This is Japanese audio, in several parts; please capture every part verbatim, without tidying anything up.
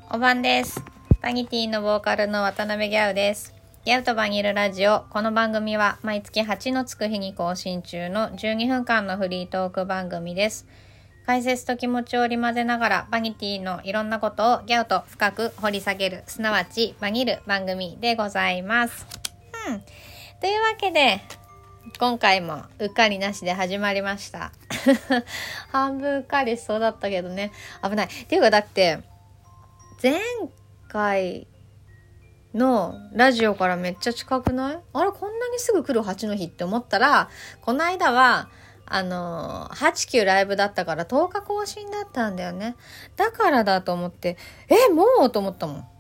おばんです。バニティのボーカルの渡辺ギャウです。ギャウとバニルラジオ。この番組は毎月はちのつく日に更新中のじゅうにふんかんのフリートーク番組です。解説と気持ちを織り交ぜながらバニティのいろんなことをギャウと深く掘り下げる、すなわちバニる番組でございます。うん。というわけで、今回もうっかりなしで始まりました。半分うっかりしそうだったけどね。危ない。っていうかだって、前回のラジオからめっちゃ近くない？あれこんなにすぐ来るはちの日って思ったら、この間はあのー、はちきゅうライブだったからとおか更新だったんだよね。だからだと思って、え、もうと思ったもん。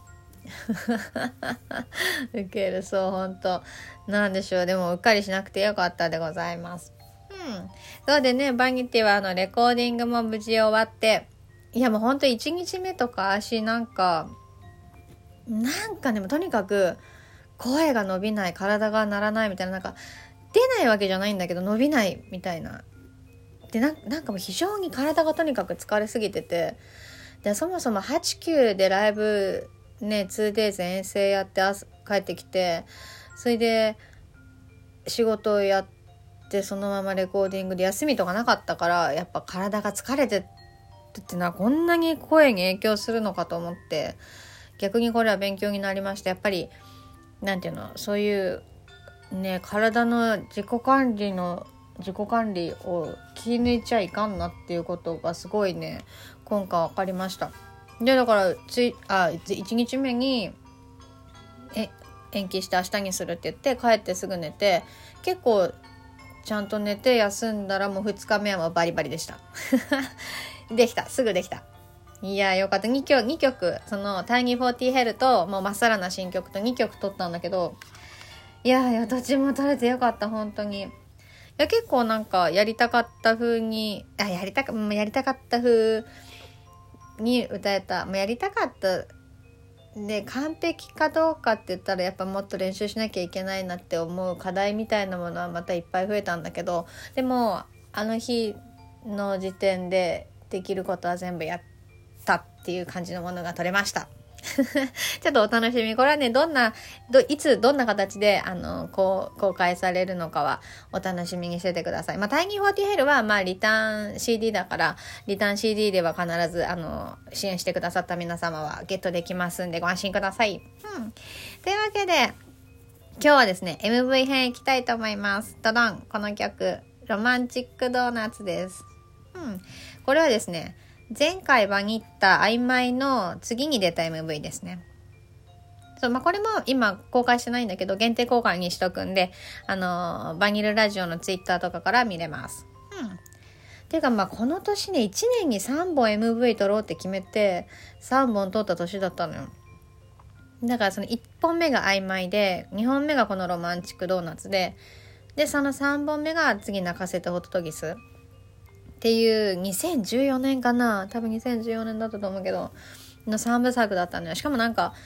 ウケる、そうほんと。なんでしょう。でもうっかりしなくてよかったでございます。うん。そうでね、バニティはあのレコーディングも無事終わって、いやもうほんといちにちめとか足なんか、なんかね、もとにかく声が伸びない、体が鳴らないみたいな、なんか出ないわけじゃないんだけど伸びないみたいな。で、な、なんかもう非常に体がとにかく疲れすぎてて、で、そもそもはちきゅうでライブね、ツーデイズ遠征やって帰ってきて、それで仕事をやってそのままレコーディングで休みとかなかったから、やっぱ体が疲れてってな、こんなに声に影響するのかと思って、逆にこれは勉強になりました。やっぱりなんていうの、そういうね、体の自己管理の自己管理を気抜いちゃいかんなっていうことがすごいね、今回分かりました。で、だからついあいちにちめにえ延期して明日にするって言って帰ってすぐ寝て、結構ちゃんと寝て休んだらもうふつかめはもうバリバリでしたできた、すぐできた。いやよかった。にきょく、にきょくそのタイニーフォーティーヘルともうまっさらな新曲とにきょく撮ったんだけど、いやいやどっちも撮れてよかった。本当に。いや結構なんかやりたかった風にあやりたかやりたかった風に歌えた。もうやりたかったで、完璧かどうかって言ったらやっぱもっと練習しなきゃいけないなって思う課題みたいなものはまたいっぱい増えたんだけど、でもあの日の時点でできることは全部やったっていう感じのものが取れましたちょっとお楽しみ。これはね、どんなどいつどんな形であのこう公開されるのかはお楽しみにしててください。まあ、タイニーフォーティーヘルはまあリターン シーディー だから、リターン シーディー では必ずあの支援してくださった皆様はゲットできますんでご安心ください。うん。というわけで今日はですね エムブイ 編いきたいと思います。ドドン。この曲ロマンチックドーナツです。うん。これはですね、前回バニった曖昧の次に出た エムブイ ですね。そう、まあ、これも今公開してないんだけど限定公開にしとくんで、あのー、バニルラジオのツイッターとかから見れます。うん。ていうかまあこの年ね、いちねんにさんぼん エムブイ 撮ろうって決めてさんぼん撮った年だったのよ。だからそのいっぽんめが曖昧で、にほんめがこのロマンチックドーナツで、でそのさんぼんめが次泣かせてホトトギスっていうにせんじゅうよねんかな、多分にせんじゅうよねんだったと思うけどのさんぶさくだったのよ。しかもなんか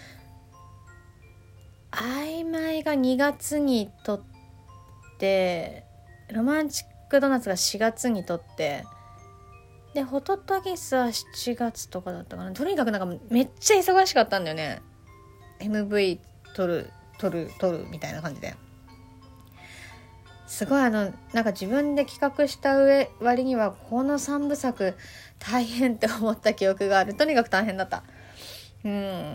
曖昧がにがつに撮って、ロマンチックドーナツがしがつに撮って、でホトトギスはしちがつとかだったかな。とにかくなんかめっちゃ忙しかったんだよね。 エムブイ 撮る撮る撮るみたいな感じで、すごいあのなんか自分で企画した上割にはこのさんぶさく大変って思った記憶がある。とにかく大変だった。うん。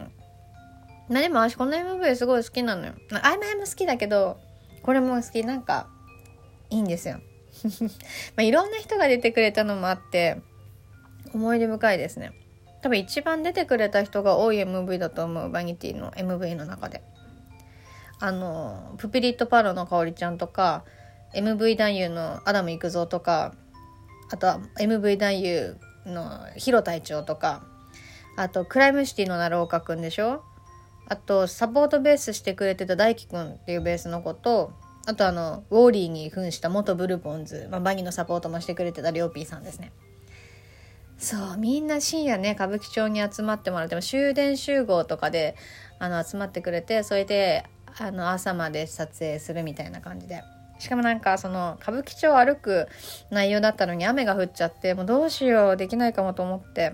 まあでも私この エムブイ すごい好きなのよ。曖昧も好きだけどこれも好き。なんかいいんですよまあいろんな人が出てくれたのもあって思い出深いですね。多分一番出てくれた人が多い エムブイ だと思う、バニティの エムブイ の中で。あのプピリットパロのかおりちゃんとか、 エムブイ 男優のアダム育三とか、あとは エムブイ 男優のヒロ隊長とか、あとクライムシティの奈良岡くんでしょ、あとサポートベースしてくれてた大輝くんっていうベースの子と、あとあのウォーリーに扮した元ブルボンズ、まあ、バニのサポートもしてくれてたりょうぴーさんですね。そう、みんな深夜ね歌舞伎町に集まってもらって、も終電集合とかであの集まってくれて、それであの朝まで撮影するみたいな感じで、しかもなんかその歌舞伎町を歩く内容だったのに雨が降っちゃって、もうどうしようできないかもと思って、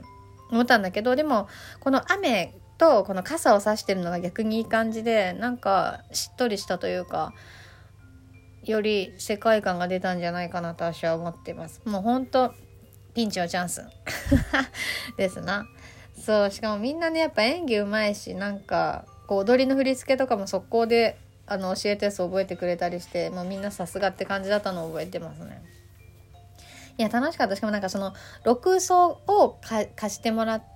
思ったんだけど、でもこの雨とこの傘を差してるのが逆にいい感じで、なんかしっとりしたというか、より世界観が出たんじゃないかなと私は思っています。もうほんとピンチのチャンスですな。そう、しかもみんなねやっぱ演技うまいし、なんかこう踊りの振り付けとかも速攻であの教えたやつ覚えてくれたりして、もうみんなさすがって感じだったのを覚えてますね。いや楽しかった。しかもなんかその六層を貸してもらって、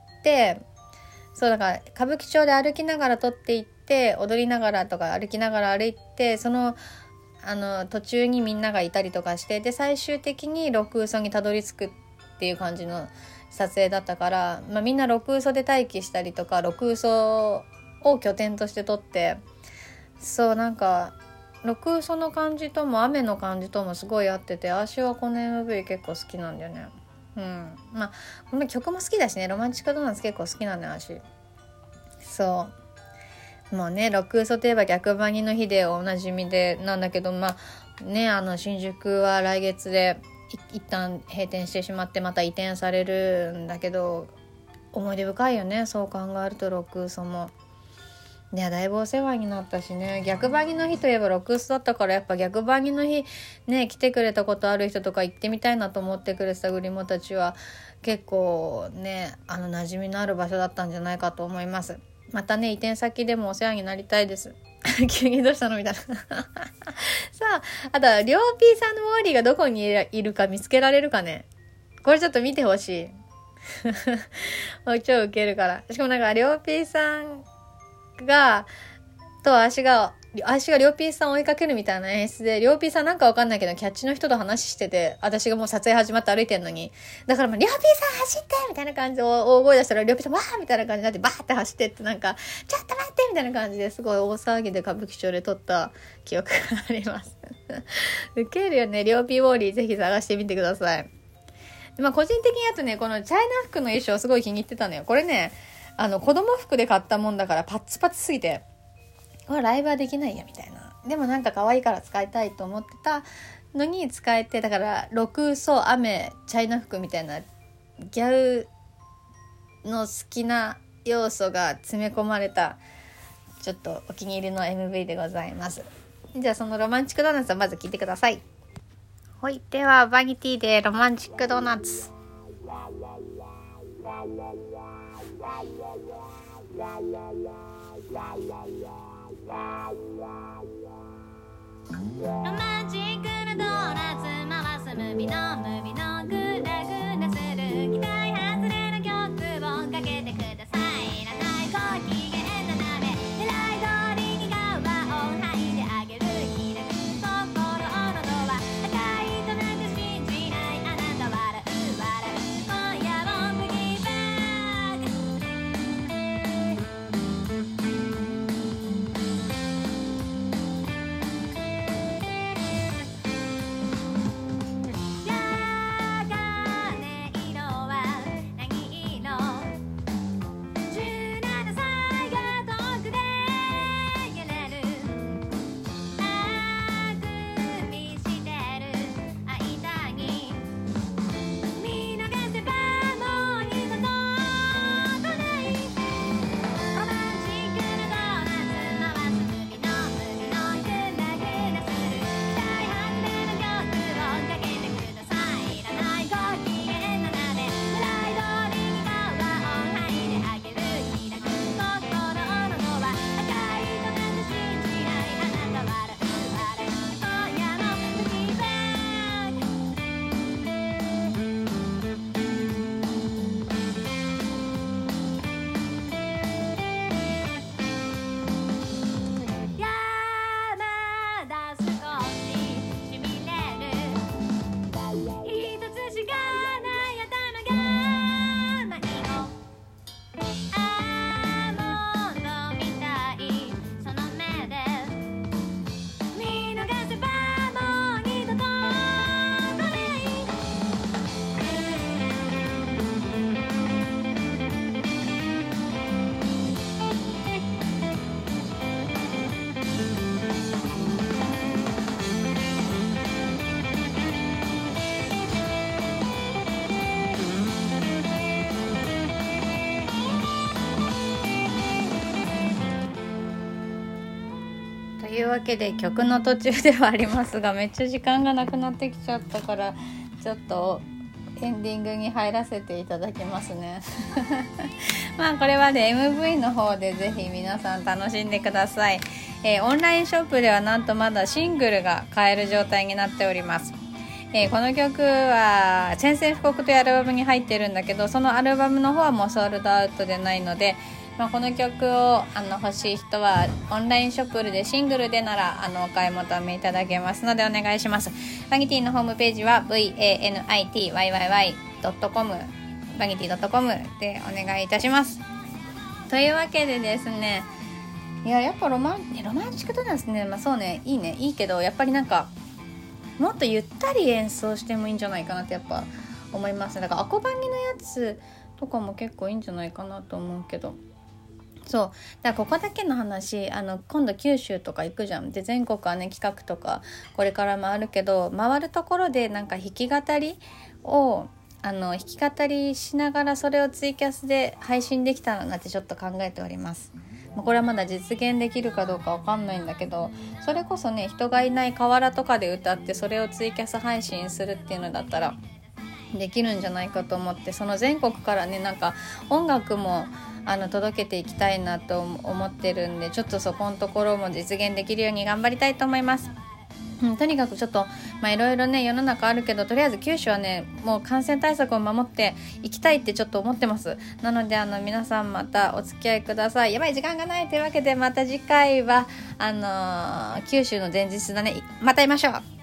そうだから歌舞伎町で歩きながら撮っていって、踊りながらとか歩きながら歩いて、そのあの途中にみんながいたりとかして、で最終的に六嘘にたどり着くっていう感じの撮影だったから、まあ、みんな六嘘で待機したりとか、六嘘を拠点として撮って、そうなんか六嘘の感じとも雨の感じともすごい合ってて、私はこの エムブイ 結構好きなんだよね。うん、まあこの曲も好きだしね、ロマンチックドーナツ結構好きなんだよ私。そうもうね、六嘘といえば逆張りの日でおなじみでなんだけど、まあね、あの新宿は来月で一旦閉店してしまって、また移転されるんだけど、思い出深いよね、そう考えると六嘘も。いやだいぶお世話になったしね。逆張りの日といえば六嘘だったから、やっぱ逆張りの日ね来てくれたことある人とか行ってみたいなと思ってくれてたグリモたちは結構ね、あの馴染みのある場所だったんじゃないかと思います。またね移転先でもお世話になりたいです急にどうしたのみたいなさあ、あとはりょうぴーさんのウォーリーがどこにいるか見つけられるかね。これちょっと見てほしい超ウケるから。しかもなんかりょうぴーさんがと足が足がりょうぴーさんを追いかけるみたいな演出で、りょうぴーさんなんかわかんないけどキャッチの人と話してて、私がもう撮影始まって歩いてんのに、だからもうりょうぴーさん走ってみたいな感じで大声出したら、りょうぴーさんわーみたいな感じになってバーって走ってって、なんかちょっと待ってみたいな感じですごい大騒ぎで歌舞伎町で撮った記憶がありますウケるよね。りょうぴーウォーリーぜひ探してみてください。まあ個人的にあとね、このチャイナ服の衣装すごい気に入ってたのよ。これね、あの子供服で買ったもんだからパッツパツすぎて、これライブはできないやみたいな。でもなんか可愛いから使いたいと思ってたのに使えて、だから六嘘雨チャイナ服みたいなギャルの好きな要素が詰め込まれたちょっとお気に入りの エムブイ でございます。じゃあそのロマンチックドーナツをまず聞いてください。はい、ではバニティでロマンチックドーナツ。ロマンチックなドーナツ回すムービーのムービーのグラグラする期待外れの曲をかけてください。いらないご機嫌な鍋狙い通りに側を吐いてあげる。開く心のドア赤いとなんか信じないあなた笑う笑う今夜をブギーバック。 いうわけで曲の途中ではありますが、めっちゃ時間がなくなってきちゃったから、ちょっとエンディングに入らせていただきますねまあこれはね エムブイ の方でぜひ皆さん楽しんでください。えー、オンラインショップではなんとまだシングルが買える状態になっております。えー、この曲は宣戦布告というアルバムに入ってるんだけど、そのアルバムの方はもうソールドアウトでないので、まあ、この曲をあの欲しい人はオンラインショップでシングルでならあのお買い求めいただけますのでお願いします。バニティのホームページは ブイエーエヌアイティーワイワイワイドットコム バニティ ドットコム でお願いいたします。というわけでですね、いややっぱロマンロマンチックダンスね、まあそうね、いいね、いいけどやっぱりなんかもっとゆったり演奏してもいいんじゃないかなってやっぱ思います。だからアコバギのやつとかも結構いいんじゃないかなと思うけど、そうだからここだけの話、あの今度九州とか行くじゃん。で全国はね企画とかこれから回るけど、回るところでなんか弾き語りをあの弾き語りしながらそれをツイキャスで配信できたらなってちょっと考えております。これはまだ実現できるかどうかわかんないんだけど、それこそね人がいない河原とかで歌ってそれをツイキャス配信するっていうのだったらできるんじゃないかと思って、その全国からねなんか音楽もあの届けていきたいなと思ってるんで、ちょっとそこのところも実現できるように頑張りたいと思います。うん、とにかくちょっとまあいろいろね世の中あるけど、とりあえず九州はねもう感染対策を守っていきたいってちょっと思ってます。なのであの皆さんまたお付き合いください。やばい時間がないというわけで、また次回はあのー、九州の前日だね。また会いましょう。